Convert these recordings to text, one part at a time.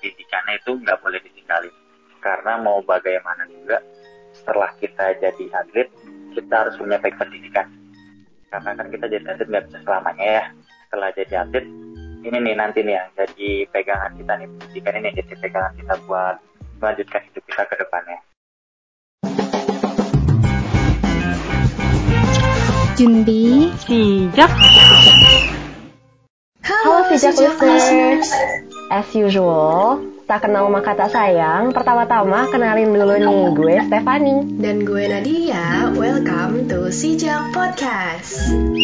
pendidikannya itu nggak boleh ditinggalin. Karena mau bagaimana juga, setelah kita jadi atlet, kita harus punya baik pendidikan. Karena kan kita jadi atlet nggak bisa selamanya ya. Setelah jadi atlet, ini nih nanti nih yang jadi pegangan kita nih, pendidikan ini jadi pegangan kita buat melanjutkan hidup kita ke depannya. Junbi, Sijak. Halo Sijak listeners. As usual, tak kenal maka tak sayang. Pertama-tama kenalin dulu nih, gue Stefani. Dan gue Nadia. Welcome to Sijak Podcast.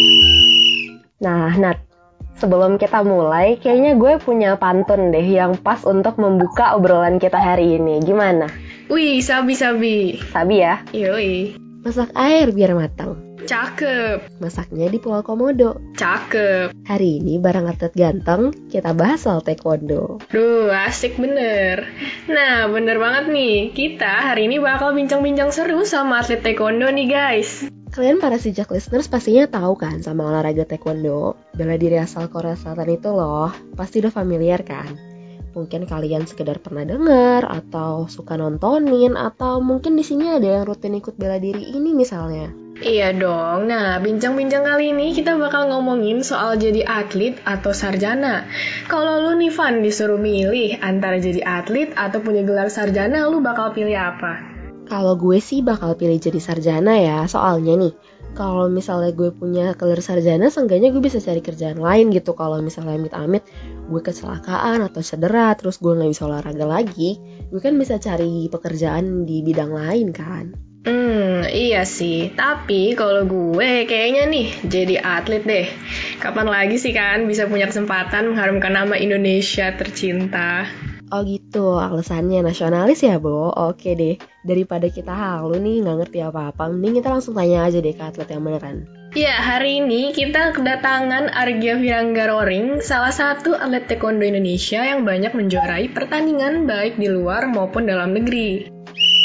Nah, Nat, sebelum kita mulai, kayaknya gue punya pantun deh yang pas untuk membuka obrolan kita hari ini. Gimana? Wih, sabi. Sabi ya? Yoi. Masak air biar matang. Cakep. Masaknya di Pulau Komodo. Cakep. Hari ini bareng atlet ganteng, kita bahas soal taekwondo. Duh, asik bener. Nah, bener banget nih. Kita hari ini bakal bincang-bincang seru sama atlet taekwondo nih guys. Kalian para Sijak listeners pastinya tahu kan sama olahraga taekwondo. Bela diri asal Korea Selatan itu loh, pasti udah familiar kan? Mungkin kalian sekedar pernah dengar, atau suka nontonin, atau mungkin di sini ada yang rutin ikut bela diri ini misalnya. Iya dong. Nah, bincang-bincang kali ini kita bakal ngomongin soal jadi atlet atau sarjana. Kalau lu nih Van disuruh milih antara jadi atlet atau punya gelar sarjana, lu bakal pilih apa? Kalau gue sih bakal pilih jadi sarjana ya, soalnya nih, kalau misalnya gue punya gelar sarjana, seenggaknya gue bisa cari kerjaan lain gitu. Kalau misalnya amit-amit gue kecelakaan atau cedera, terus gue gak bisa olahraga lagi, gue kan bisa cari pekerjaan di bidang lain kan. Iya sih. Tapi kalau gue kayaknya nih jadi atlet deh. Kapan lagi sih kan bisa punya kesempatan mengharumkan nama Indonesia tercinta? Oh gitu, alasannya nasionalis ya, Bo? Oke deh, daripada kita halu nih gak ngerti apa-apa, mending kita langsung tanya aja deh ke atlet yang beneran. Ya, hari ini kita kedatangan Argia Viranggaroring, salah satu atlet taekwondo Indonesia yang banyak menjuarai pertandingan baik di luar maupun dalam negeri.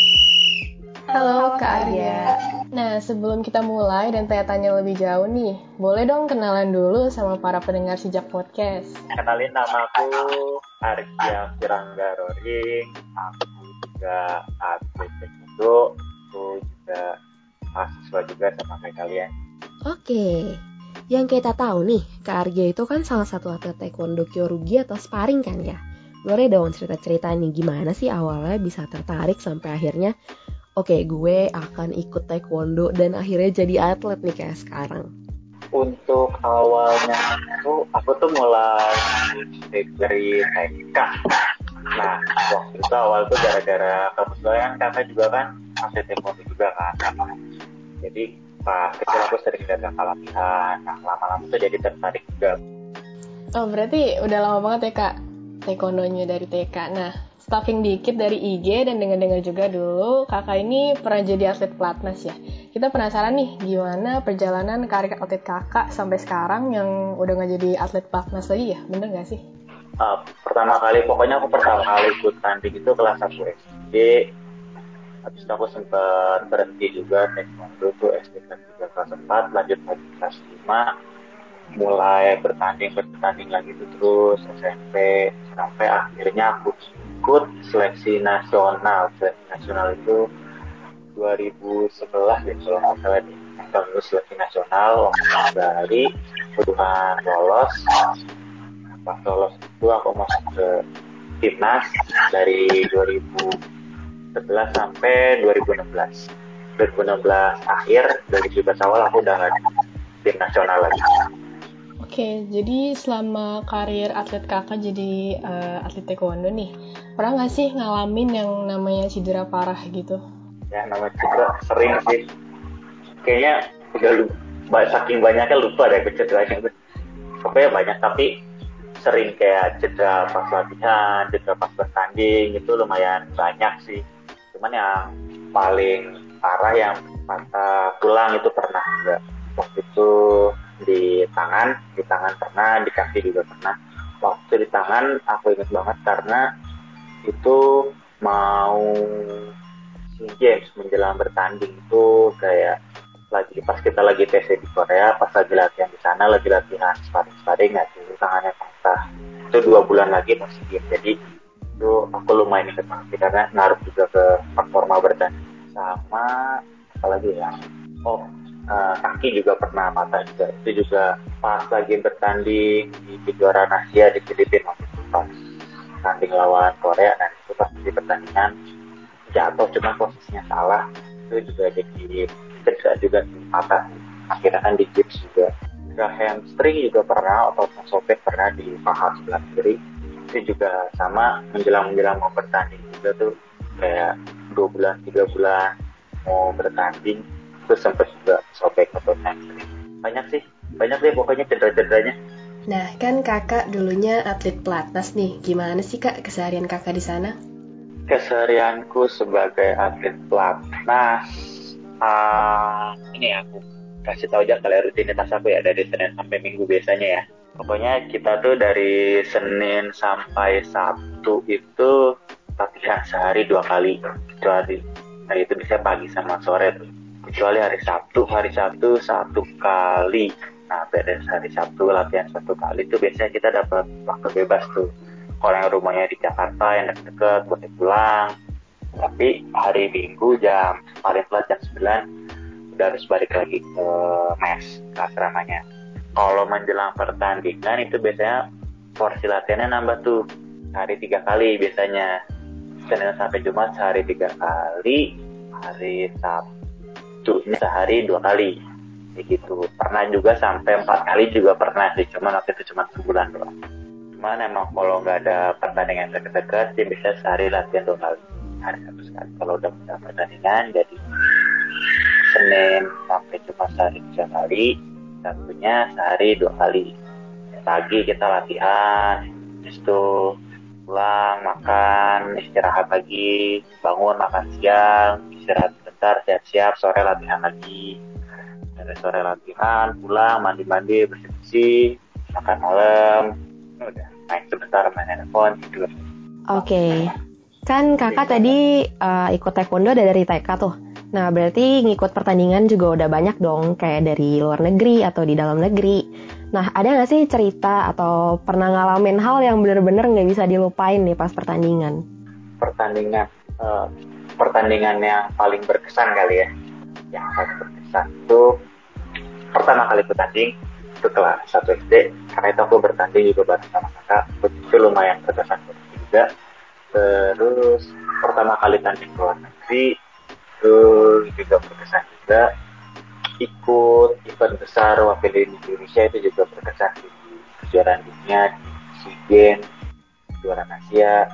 Halo Kak Arya. Nah, sebelum kita mulai dan tanya-tanya lebih jauh nih, boleh dong kenalan dulu sama para pendengar Sijak Podcast. Kenalin, namaku Argia Viranggaroring. Aku juga atlet taekwondo. Aku juga mahasiswa juga sama kayak kalian. Oke, yang kita tahu nih, Kak Argia itu kan salah satu atlet taekwondo kyorugi atau sparring kan ya? Boleh dong cerita-cerita nih gimana sih awalnya bisa tertarik sampai akhirnya oke, gue akan ikut taekwondo dan akhirnya jadi atlet nih kayak sekarang. Untuk awalnya aku tuh mulai dari TK. Nah, waktu itu awal tuh gara-gara kebetulan kakak juga kan atlet taekwondo juga kan. Jadi pas kecil aku sering lihat kakak latihan. Nah, lama-lama tuh jadi tertarik juga. Oh, berarti udah lama banget ya Kak taekwondonya dari TK. Nah, stalking dikit dari IG dan dengar-dengar juga dulu kakak ini pernah jadi atlet pelatnas ya. Kita penasaran nih gimana perjalanan karir atlet kakak sampai sekarang yang udah gak jadi atlet pelatnas lagi ya, bener gak sih? Pertama kali ikut tanding itu kelas 1 SD. Habis itu aku sempat berhenti juga taekwondo tuh SD kelas 3 kelas 4, lanjut lagi kelas 5, mulai bertanding lagi tuh terus SMP sampai akhirnya aku ikut seleksi nasional. Seleksi nasional itu 2011 ya kalau nggak salah nih. Lulus seleksi nasional dari kebutuhan lolos. Pas lolos itu aku masuk ke timnas dari 2011 sampai 2016. 2016 akhir, 2017 awal aku udah nggak di tim nasional lagi. Oke, jadi selama karir atlet kakak jadi atlet taekwondo nih, pernah nggak sih ngalamin yang namanya cedera parah gitu? Ya, namanya cedera sering sih. Kayaknya udah saking banyaknya lupa deh cederanya. Pokoknya banyak, tapi sering kayak cedera pas latihan, cedera pas bertanding, itu lumayan banyak sih. Cuman yang paling parah yang patah tulang itu pernah juga. Waktu itu di tangan pernah, di kaki juga pernah. Waktu di tangan aku ingat banget karena itu mau SEA Games menjelang bertanding itu kayak pas kita lagi TC di Korea, pas lagi latihan di sana, lagi latihan sparring ya, tangannya patah. Itu 2 bulan lagi masih game. Jadi itu aku lumayan ikut banget sih, karena ngaruh juga ke performa bertanding. Sama apalagi ya, kaki juga pernah patah juga. Itu juga pas lagi bertanding di kejuaraan Asia di Filipina waktu itu, pas tanding lawan Korea, dan itu pas di pertandingan jatuh, cuma posisinya salah, itu juga jadi cedera juga, patah. Akhirnya kan di gips juga. Ke hamstring juga pernah, otot sobek pernah di paha sebelah kiri. Itu juga sama, menjelang mau bertanding juga tuh, kayak 2 bulan 3 bulan mau bertanding, terus sempat juga sobek otot hamstring. Banyak sih pokoknya cedera-cederanya. Nah, kan kakak dulunya atlet pelatnas nih. Gimana sih kak keseharian kakak di sana? Keseharianku sebagai atlet pelatnas, ini aku kasih tahu aja kalian rutinitas aku ya, dari Senin sampai Minggu biasanya ya. Pokoknya kita tuh dari Senin sampai Sabtu itu latihan sehari 2 kali, kecuali hari itu bisa pagi sama sore tuh. Kecuali hari Sabtu 1 kali. Nah, beres hari Sabtu latihan 1 kali tuh biasanya kita dapat waktu bebas tuh. Kalau yang rumahnya di Jakarta yang deket boleh pulang. Tapi hari Minggu paling telat jam 9 udah harus balik lagi ke mes, ke asramanya. Kalau menjelang pertandingan itu biasanya porsi latihannya nambah tuh, hari 3 kali biasanya. Senin sampai Jumat sehari 3 kali, hari Sabtu ini sehari 2 kali. Begitu. Pernah juga sampai 4 kali juga pernah sih, cuman waktu itu cuma sebulan doang. Cuman emang kalau nggak ada pertandingan dekat-dekat sih bisa sehari latihan 2 kali, hari satu sekali. Kalau udah ada pertandingan jadi Senin sampai Jumat sehari 3 kali, Sabtunya sehari 2 kali. Pagi kita latihan, habis itu pulang makan, istirahat lagi, bangun makan siang, istirahat sebentar, siap-siap, sore latihan lagi. Dari sore latihan, pulang, mandi-mandi, bersih-bersih, makan malam, udah main sebentar, main handphone, tidur. Oke. Kan kakak tadi ikut taekwondo dari TK tuh. Nah, berarti ngikut pertandingan juga udah banyak dong, kayak dari luar negeri atau di dalam negeri. Nah, ada nggak sih cerita atau pernah ngalamin hal yang bener-bener nggak bisa dilupain nih pas pertandingan? Pertandingan yang paling berkesan kali ya. Yang paling berkesan itu pertama kali bertanding itu kelas 1 SD, karena itu aku bertanding juga bareng sama kakak. Itu lumayan berkesan juga. Terus pertama kali tanding ke luar negeri itu juga berkesan juga. Ikut event besar wakil Indonesia itu juga berkesan, di kejuaraan dunia, di SEA Games, kejuaraan Asia.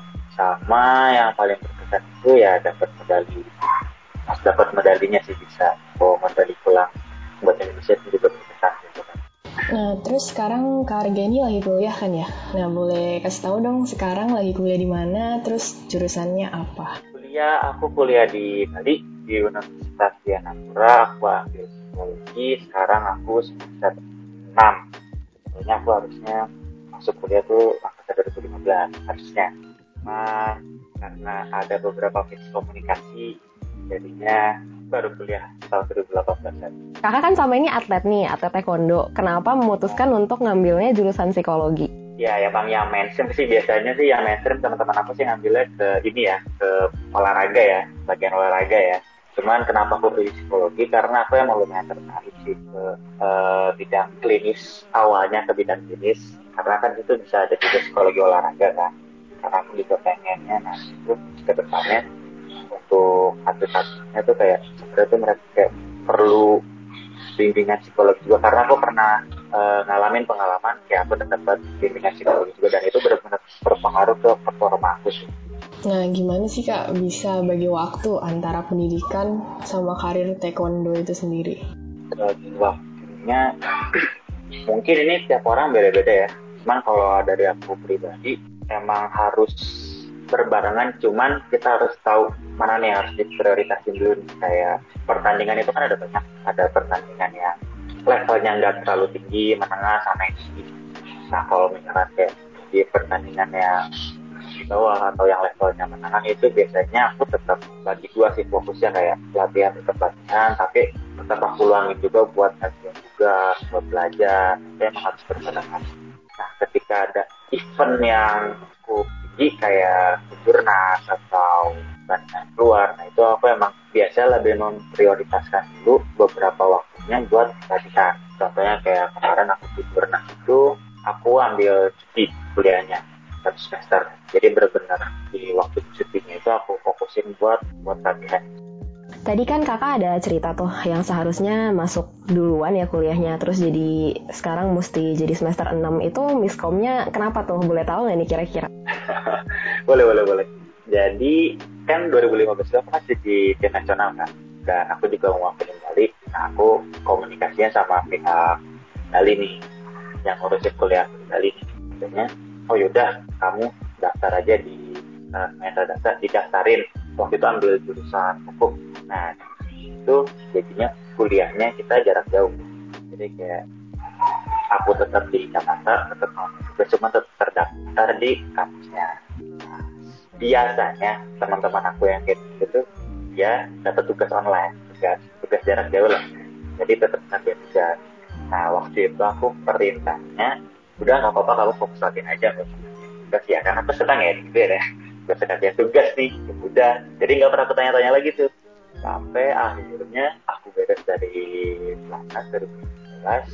Sama yang paling berkesan itu ya dapat medali. Pas dapat medalinya sih bisa bawa medali pulang buat Indonesia, itu juga berkesan gitu kan. Nah, terus sekarang Kak Arga ini lagi kuliah kan ya? Nah, boleh kasih tahu dong sekarang lagi kuliah di mana, terus jurusannya apa? Aku kuliah di Bali, di Universitas Dianapura. Aku ambil psikologi, sekarang aku semester 6. Sebenarnya aku harusnya masuk kuliah tuh angkatan 2015 harusnya. Cuma karena ada beberapa miskomunikasi, jadinya baru kuliah tahun 2018 kan. Kakak kan sama ini atlet nih, atlet taekwondo. Kenapa memutuskan untuk ngambilnya jurusan psikologi? Ya, emang yang mainstream sih biasanya sih, yang mainstream teman-teman aku sih ngambilnya ke ini ya, ke olahraga ya, bagian olahraga ya. Cuman kenapa aku pilih psikologi, karena aku emang lumayan tertarik sih ke bidang klinis, awalnya ke bidang klinis, karena kan itu bisa ada juga psikologi olahraga kan. Karena aku juga pengennya nanti itu ke depannya untuk atlet-atletnya tuh kayak sebenarnya tuh mereka kayak perlu bimbingan psikologi juga, karena aku pernah ngalamin pengalaman kayak aku dapat bimbingan psikologi juga, dan itu benar-benar berpengaruh ke performa aku sih. Nah, gimana sih Kak bisa bagi waktu antara pendidikan sama karir taekwondo itu sendiri? Bagi waktunya mungkin ini tiap orang beda-beda ya. Cuman kalau dari aku pribadi emang harus berbarengan, cuman kita harus tahu mana nih yang harus diprioritasin dulu. Kayak pertandingan itu kan ada banyak, ada pertandingan yang levelnya nggak terlalu tinggi, menengah, sama yang tinggi. Nah, kalau misalkan kayak di pertandingan yang di bawah atau yang levelnya menengah, itu biasanya aku tetap bagi dua sih fokusnya, kayak latihan, tetap latihan, tapi tetap aku luangin juga buat latihan juga, buat belajar. Itu emang harus berbarengan. Nah, ketika ada event yang cukup tinggi kayak jurnas atau pertandingan keluar. Nah itu aku emang biasa lebih memprioritaskan dulu beberapa waktunya buat latihan. Contohnya kayak kemarin aku di jurnas itu aku ambil cuti kuliahnya 1 semester. Jadi benar-benar di waktu cutinya itu aku fokusin buat latihan. Tadi kan kakak ada cerita tuh yang seharusnya masuk duluan ya kuliahnya, terus jadi sekarang mesti jadi semester 6 itu miskomnya kenapa tuh? Boleh tahu nggak nih kira-kira? Boleh. Jadi kan 2015 itu aku masih di tim nasional kan, dan aku juga mewakili Bali. Nah aku komunikasinya sama pihak Bali nih, yang ngurusin kuliah di Bali. Katanya, oh yaudah kamu daftar aja di Metro Data, didaftarin. Waktu itu ambil jurusan hukum. Nah itu jadinya kuliahnya kita jarak jauh. Jadi kayak aku tetap di Jakarta, tetap cuma tetap terdaftar di kampusnya. Biasanya teman-teman aku yang kayak gitu dia dapat tugas online, tugas jarak jauh lah. Jadi tetap ngambil tugas. Nah waktu itu aku perintahnya, udah nggak apa-apa kamu fokus latihan aja, nggak usah tugas ya. Karena aku senang ya gitu ya, gue sedang dia tugas nih. Ya udah, jadi nggak pernah aku tanya-tanya lagi tuh. Sampai akhirnya aku beres dari pelatnas 2019,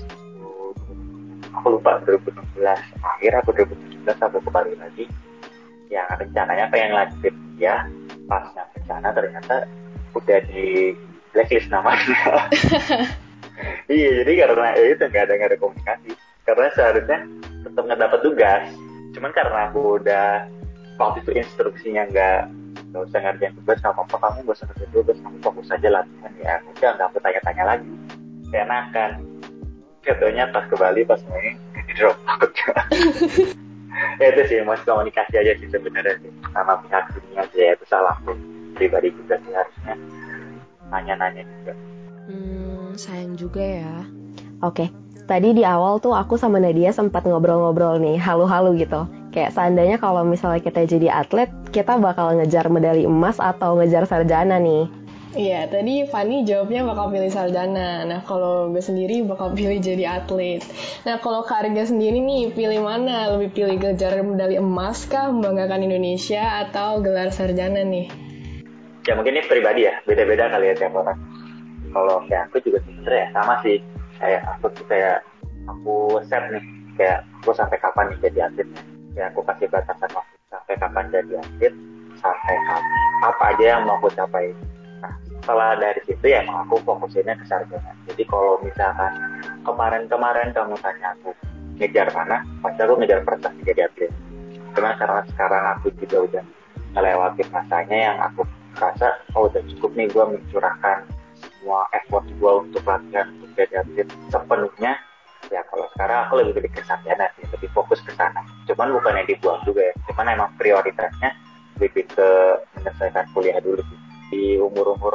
aku lupa 2016 akhir, aku 2017 aku kembali lagi yang rencananya pengen lanjut ya, pas yang rencana ternyata udah di blacklist namanya. Iya, jadi karena itu nggak ada komunikasi, karena seharusnya tetap nggak dapat tugas, cuman karena aku udah waktu itu instruksinya nggak usah ngerjain tugas, nggak apa-apa kamu nggak usah ngerjain tugas, kamu fokus aja latihan ya udah, nggak aku tanya-tanya lagi, enakan. Katanya pas ke Bali pas main di drop takutnya. Ya itu sih, mas komunikasi aja sih sebenarnya sih sama pihak dunia aja, ya itu salahku pribadi juga sih, harusnya nanya-nanya juga. Sayang juga ya. Oke, tadi di awal tuh aku sama Nadia sempat ngobrol-ngobrol nih, halu-halu gitu. Kayak seandainya kalau misalnya kita jadi atlet, kita bakal ngejar medali emas atau ngejar sarjana nih. Iya, tadi Fanny jawabnya bakal pilih sarjana. Nah, kalau gue sendiri bakal pilih jadi atlet. Nah, kalau Kak Arga sendiri nih, pilih mana? Lebih pilih ngejar medali emas kah, membanggakan Indonesia, atau gelar sarjana nih? Ya mungkin ini pribadi ya, beda-beda kali ya tiap orang. Kalau kayak aku juga sebenarnya sama sih, kayak aku set nih, kayak aku sampai kapan nih jadi atlet. Kayak aku kasih batasan waktu sampai kapan jadi atlet, sampai apa aja yang mau aku capai. Nah, setelah dari situ ya emang aku fokusinnya ke sarjana. Jadi kalau misalkan kemarin kamu tanya aku ngejar mana, pasti aku ngejar prestasi jadi atlet. Cuma karena sekarang aku juga udah melewati masanya yang aku rasa, oh udah cukup nih gue mencurahkan semua effort gue untuk latihan, untuk jadi atlet sepenuhnya. Ya kalau sekarang aku lebih ke sarjana sih, lebih fokus ke sana. Cuman bukannya dibuang juga ya, cuman emang prioritasnya lebih ke menyelesaikan kuliah dulu sih. Di umur-umur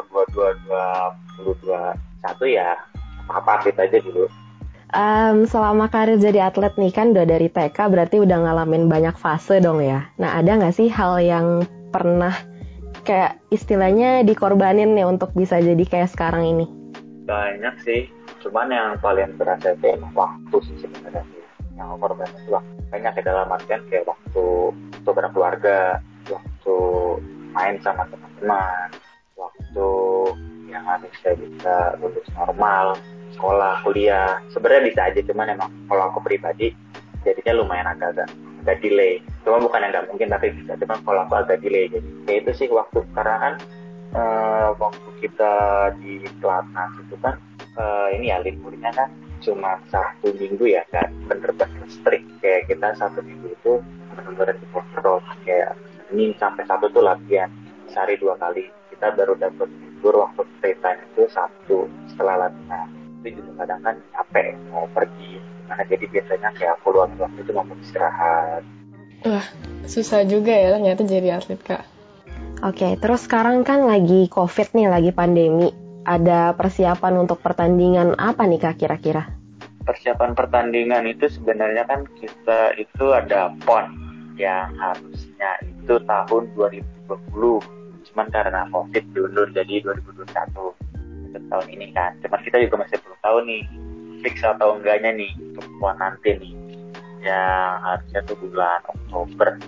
22-21 ya apa atlet aja dulu. Selama karir jadi atlet nih kan udah dari TK, berarti udah ngalamin banyak fase dong ya. Nah ada nggak sih hal yang pernah kayak istilahnya dikorbanin nih untuk bisa jadi kayak sekarang ini? Banyak sih, cuman yang paling berasa itu emang waktu sih sebenarnya sih. Yang korban itu waktu. Banyak ya, dalam artian kayak waktu berkeluarga, waktu main sama teman-teman, waktu yang harusnya bisa lulus normal, sekolah, kuliah. Sebenarnya bisa aja, cuman emang kalau aku pribadi jadinya lumayan agak delay. Cuma bukan yang nggak mungkin, tapi bisa. Cuman kalau aku agak delay, jadi ya itu sih waktu. Karena kan waktu kita di pelatnas itu kan ini ya liburnya kan cuma 1 minggu ya kan, bener-bener strict kayak kita 1 minggu itu bener-bener dikontrol, kayak Senin sampai Sabtu tuh latihan sehari 2 kali. Kita baru dapat libur waktu free time itu Sabtu setelah latihan. Itu juga kadang kan capek mau pergi karena, jadi biasanya kayak aku luangin waktu itu mau istirahat. Wah, susah juga ya ternyata jadi atlet, Kak. Oke, terus sekarang kan lagi COVID nih, lagi pandemi. Ada persiapan untuk pertandingan apa nih Kak kira-kira? Persiapan pertandingan itu sebenarnya kan kita itu ada PON yang harusnya itu tahun 2020. Cuman karena COVID diundur jadi 2021. Itu tahun ini kan. Cuman kita juga masih belum tahu nih fix atau enggaknya nih untuk PON nanti nih. Yang harusnya tuh bulan Oktober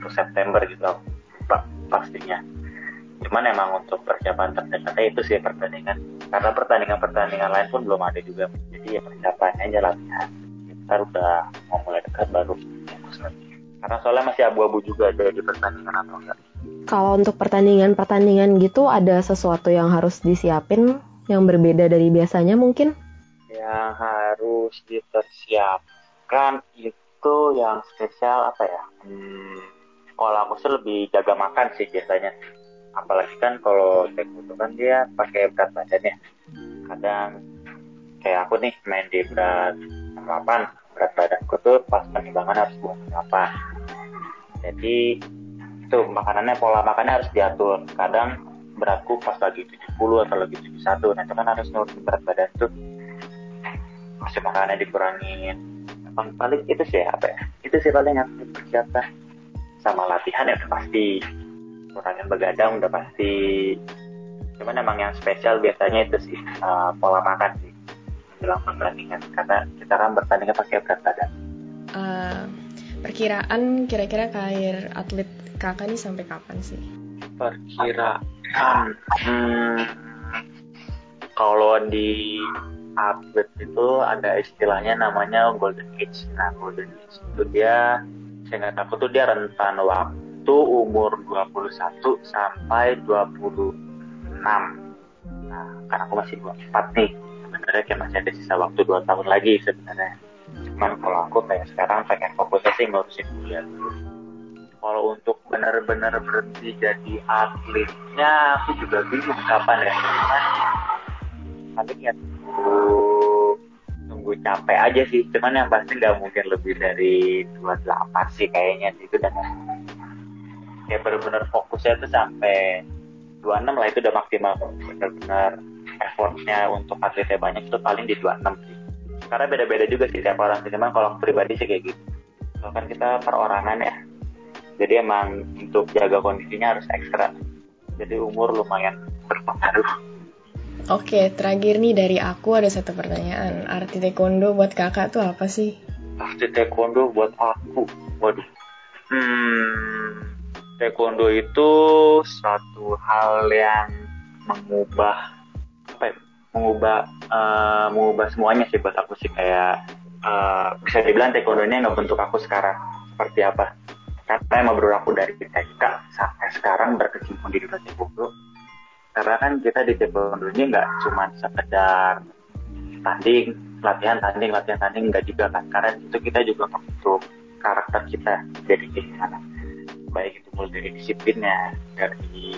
Agustus September gitu Pak pastinya. Cuman emang untuk persiapan terdekatnya itu sih pertandingan, karena pertandingan lain pun belum ada juga, jadi ya persiapannya aja latihan. Ntar udah mau mulai dekat baru fokus lagi, karena soalnya masih abu-abu juga ada di pertandingan atau enggak. Kalau untuk pertandingan gitu ada sesuatu yang harus disiapin yang berbeda dari biasanya mungkin? Yang harus dipersiapkan itu yang spesial apa ya? Kalau aku sih lebih jaga makan sih biasanya. Apalagi kan kalau taekwondo kan dia pakai berat badan ya. Kadang kayak aku nih main di berat 8, berat badanku tuh pas penimbangan harus 28. Jadi itu pola makannya harus diatur. Kadang beratku pas lagi 70 atau lagi 71, nah itu kan harus nurunin berat badan tuh. Masih makannya dikurangin. Paling itu sih apa ya? Itu sih paling yang dipersiapkan. Sama latihan ya udah pasti. Kurangin begadang udah pasti. Cuman emang yang spesial biasanya itu sih pola makan sih dalam pertandingan, karena kita kan bertandingnya pakai berat badan. Perkiraan kira-kira karir atlet kakak nih sampai kapan sih? Perkiraan kalau di atlet itu ada istilahnya namanya golden age. Nah golden age itu dia, seingat aku tuh dia rentan waktu umur 21 sampai 26. Nah, karena aku masih 24 nih, sebenarnya kayak masih ada sisa waktu 2 tahun lagi sebenarnya. Cuman kalau aku kayak sekarang pengen fokusnya sih ngurusin kuliah dulu. Kalau untuk benar-benar berhenti jadi atletnya, aku juga bingung kapan ya. Paling ya tunggu capek aja sih. Cuman yang pasti nggak mungkin lebih dari 28 sih kayaknya sih, itu udah kayak benar-benar fokusnya tuh sampai 26 lah, itu udah maksimal. Benar-benar effortnya untuk atletnya banyak itu paling di 26 sih. Karena beda-beda juga sih tiap orang sih. Cuman kalau pribadi sih kayak gitu. So, kan kita perorangan ya. Jadi emang untuk jaga kondisinya harus ekstra. Jadi umur lumayan berpengaruh. Oke, terakhir nih dari aku ada satu pertanyaan. Arti taekwondo buat kakak tuh apa sih? Arti taekwondo buat aku, waduh. Taekwondo itu suatu hal yang mengubah semuanya sih buat aku sih. Kayak bisa dibilang taekwondo ini ngebentuk aku sekarang seperti apa. Karena emang berlaku dari TK sampai sekarang berkecimpung di dunia taekwondo. Karena kan kita di taekwondo ini nggak cuma sekedar latihan tanding nggak juga kan. Karena itu kita juga membentuk karakter kita jadi gimana. Baik itu mulai dari disiplinnya, dari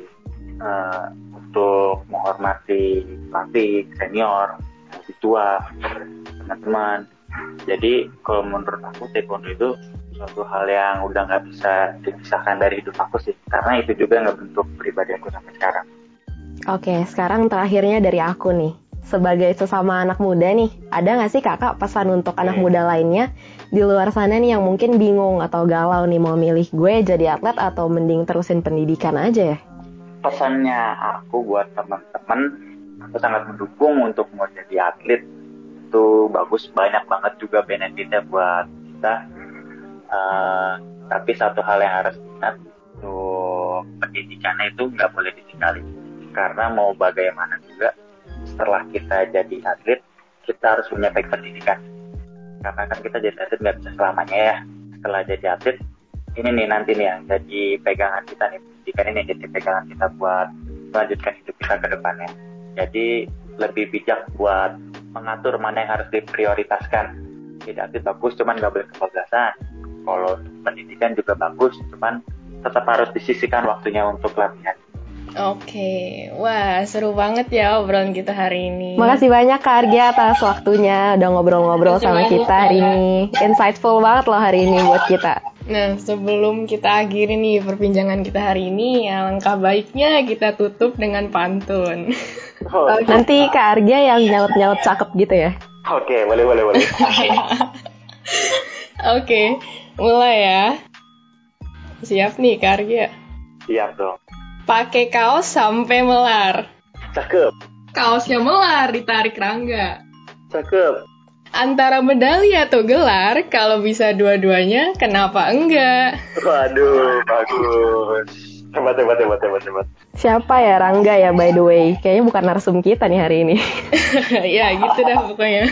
untuk menghormati pelatih, senior, lebih tua, teman-teman. Jadi kalau menurut aku taekwondo itu suatu hal yang udah nggak bisa dipisahkan dari hidup aku sih, karena itu juga ngebentuk pribadi aku sampai sekarang. Oke, sekarang terakhirnya dari aku nih. Sebagai sesama anak muda nih, ada nggak sih kakak pesan untuk anak muda lainnya di luar sana nih yang mungkin bingung atau galau nih mau milih gue jadi atlet atau mending terusin pendidikan aja ya? Pesannya aku buat teman-teman, aku sangat mendukung untuk mau jadi atlet. Itu bagus, banyak banget juga benefitnya buat kita. Tapi satu hal yang harus diingat, untuk pendidikannya itu nggak boleh ditinggalin. Karena mau bagaimana juga, setelah kita jadi atlet, kita harus punya baik pendidikan. Karena kan kita jadi atlet nggak bisa selamanya ya. Setelah jadi atlet, ini nih nanti nih yang jadi pegangan kita nih. Pendidikan ini jadi pegangan kita buat melanjutkan hidup kita ke depannya. Jadi lebih bijak buat mengatur mana yang harus diprioritaskan. Jadi atlet bagus, cuman nggak boleh kebablasan. Kalau pendidikan juga bagus, cuman tetap harus disisihkan waktunya untuk latihan. Oke, wah seru banget ya obrolan kita hari ini. Makasih banyak Kak Argia atas waktunya, udah ngobrol-ngobrol sama kita hari ini. Insightful banget loh hari ini buat kita. Nah, sebelum kita akhiri nih perbincangan kita hari ini, alangkah baiknya kita tutup dengan pantun. Nanti Kak Argia yang nyaut-nyaut cakep gitu ya? Oke, boleh. Oke, mulai ya. Siap nih Kak Argia? Siap dong. Pakai kaos sampai melar. Cakep. Kaosnya melar ditarik rangga. Cakep. Antara medali atau gelar, kalau bisa dua-duanya, kenapa enggak? Waduh, bagus. Hebat. Siapa ya Rangga ya by the way? Kayaknya bukan narsum kita nih hari ini. Ya gitu dah pokoknya.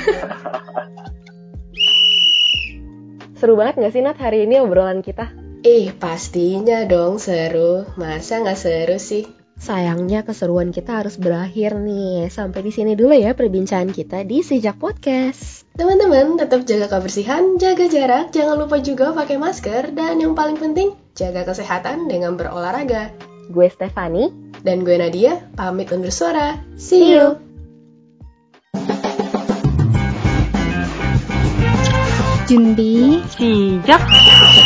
Seru banget gak sih Nat hari ini obrolan kita? Pastinya dong seru. Masa nggak seru sih? Sayangnya keseruan kita harus berakhir nih. Sampai di sini dulu ya perbincangan kita di Sejak Podcast. Teman-teman, tetap jaga kebersihan, jaga jarak, jangan lupa juga pakai masker, dan yang paling penting, jaga kesehatan dengan berolahraga. Gue Stefani. Dan gue Nadia, pamit undur suara. See you! 준비, 시작!